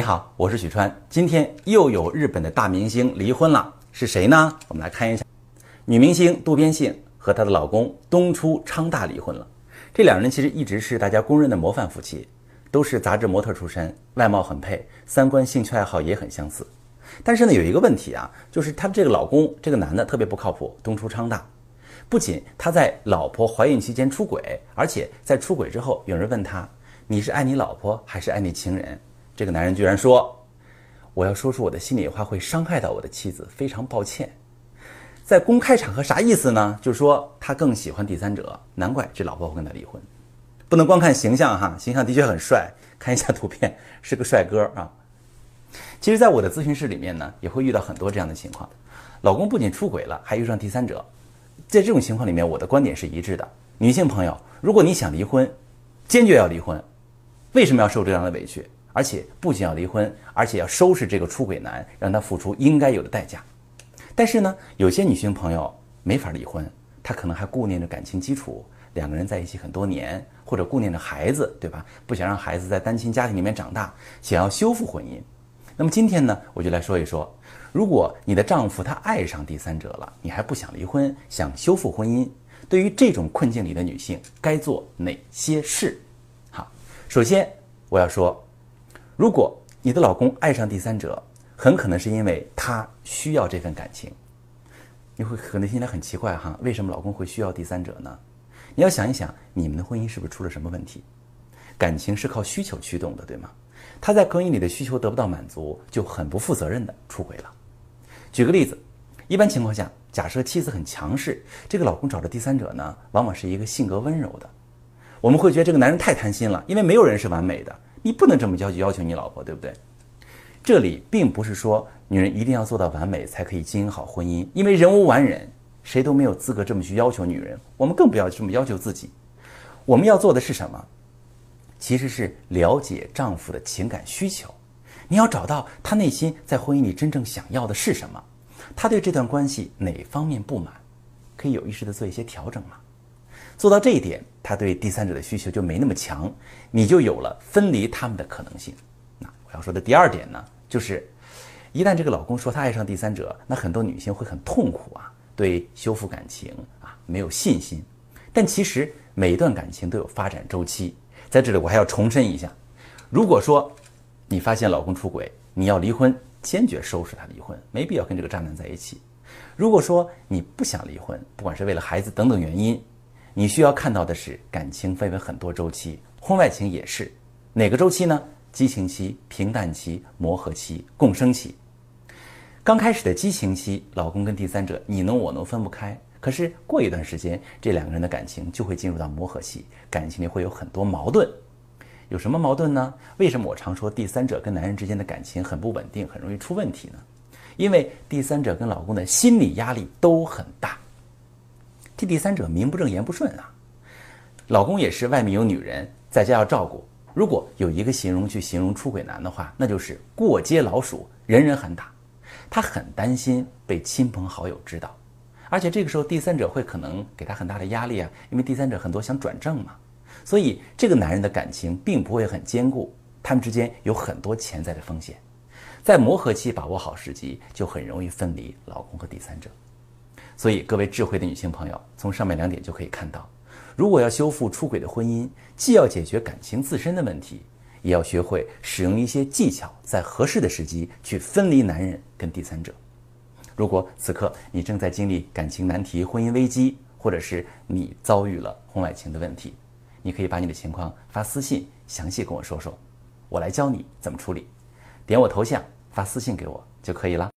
你好，我是许川。今天又有日本的大明星离婚了，是谁呢？我们来看一下，女明星渡边信和她的老公东出昌大离婚了。这两人其实一直是大家公认的模范夫妻，都是杂志模特出身，外貌很配，三观兴趣爱好也很相似。但是呢，有一个问题啊，就是她这个老公这个男的特别不靠谱，东出昌大。不仅他在老婆怀孕期间出轨，而且在出轨之后，有人问他：“你是爱你老婆还是爱你情人？”这个男人居然说：“我要说出我的心里话，会伤害到我的妻子，非常抱歉。”在公开场合啥意思呢？就是说他更喜欢第三者，难怪这老婆会跟他离婚。不能光看形象哈，形象的确很帅，看一下图片是个帅哥啊。其实，在我的咨询室里面呢，也会遇到很多这样的情况，老公不仅出轨了，还遇上第三者。在这种情况里面，我的观点是一致的。女性朋友，如果你想离婚，坚决要离婚，为什么要受这样的委屈？而且不仅要离婚，而且要收拾这个出轨男，让他付出应该有的代价。但是呢，有些女性朋友没法离婚，她可能还顾念着感情基础，两个人在一起很多年，或者顾念着孩子，对吧？不想让孩子在单亲家庭里面长大，想要修复婚姻。那么今天呢，我就来说一说，如果你的丈夫他爱上第三者了，你还不想离婚，想修复婚姻，对于这种困境里的女性该做哪些事？好，首先我要说，如果你的老公爱上第三者，很可能是因为他需要这份感情。你会可能现在很奇怪哈，为什么老公会需要第三者呢？你要想一想，你们的婚姻是不是出了什么问题？感情是靠需求驱动的，对吗？他在婚姻里的需求得不到满足，就很不负责任的出轨了。举个例子，一般情况下，假设妻子很强势，这个老公找的第三者呢，往往是一个性格温柔的。我们会觉得这个男人太贪心了，因为没有人是完美的，你不能这么要求你老婆，对不对？这里并不是说女人一定要做到完美才可以经营好婚姻，因为人无完人，谁都没有资格这么去要求女人，我们更不要这么要求自己。我们要做的是什么？其实是了解丈夫的情感需求，你要找到他内心在婚姻里真正想要的是什么，他对这段关系哪方面不满，可以有意识的做一些调整嘛。做到这一点，他对第三者的需求就没那么强，你就有了分离他们的可能性。那我要说的第二点呢，就是一旦这个老公说他爱上第三者，那很多女性会很痛苦啊，对修复感情没有信心。但其实每一段感情都有发展周期，在这里我还要重申一下，如果说你发现老公出轨，你要离婚，坚决收拾他离婚，没必要跟这个渣男在一起。如果说你不想离婚，不管是为了孩子等等原因，你需要看到的是感情分为很多周期，婚外情也是。哪个周期呢？激情期、平淡期、磨合期、共生期。刚开始的激情期，老公跟第三者你侬我侬分不开，可是过一段时间，这两个人的感情就会进入到磨合期，感情里会有很多矛盾。有什么矛盾呢？为什么我常说第三者跟男人之间的感情很不稳定，很容易出问题呢？因为第三者跟老公的心理压力都很大，替第三者名不正言不顺啊。老公也是外面有女人，在家要照顾。如果有一个形容去形容出轨男的话，那就是过街老鼠，人人喊打。他很担心被亲朋好友知道，而且这个时候第三者会可能给他很大的压力啊，因为第三者很多想转正嘛。所以这个男人的感情并不会很坚固，他们之间有很多潜在的风险。在磨合期把握好时机，就很容易分离老公和第三者。所以各位智慧的女性朋友，从上面两点就可以看到，如果要修复出轨的婚姻，既要解决感情自身的问题，也要学会使用一些技巧，在合适的时机去分离男人跟第三者。如果此刻你正在经历感情难题、婚姻危机，或者是你遭遇了婚外情的问题，你可以把你的情况发私信，详细跟我说说，我来教你怎么处理。点我头像发私信给我就可以了。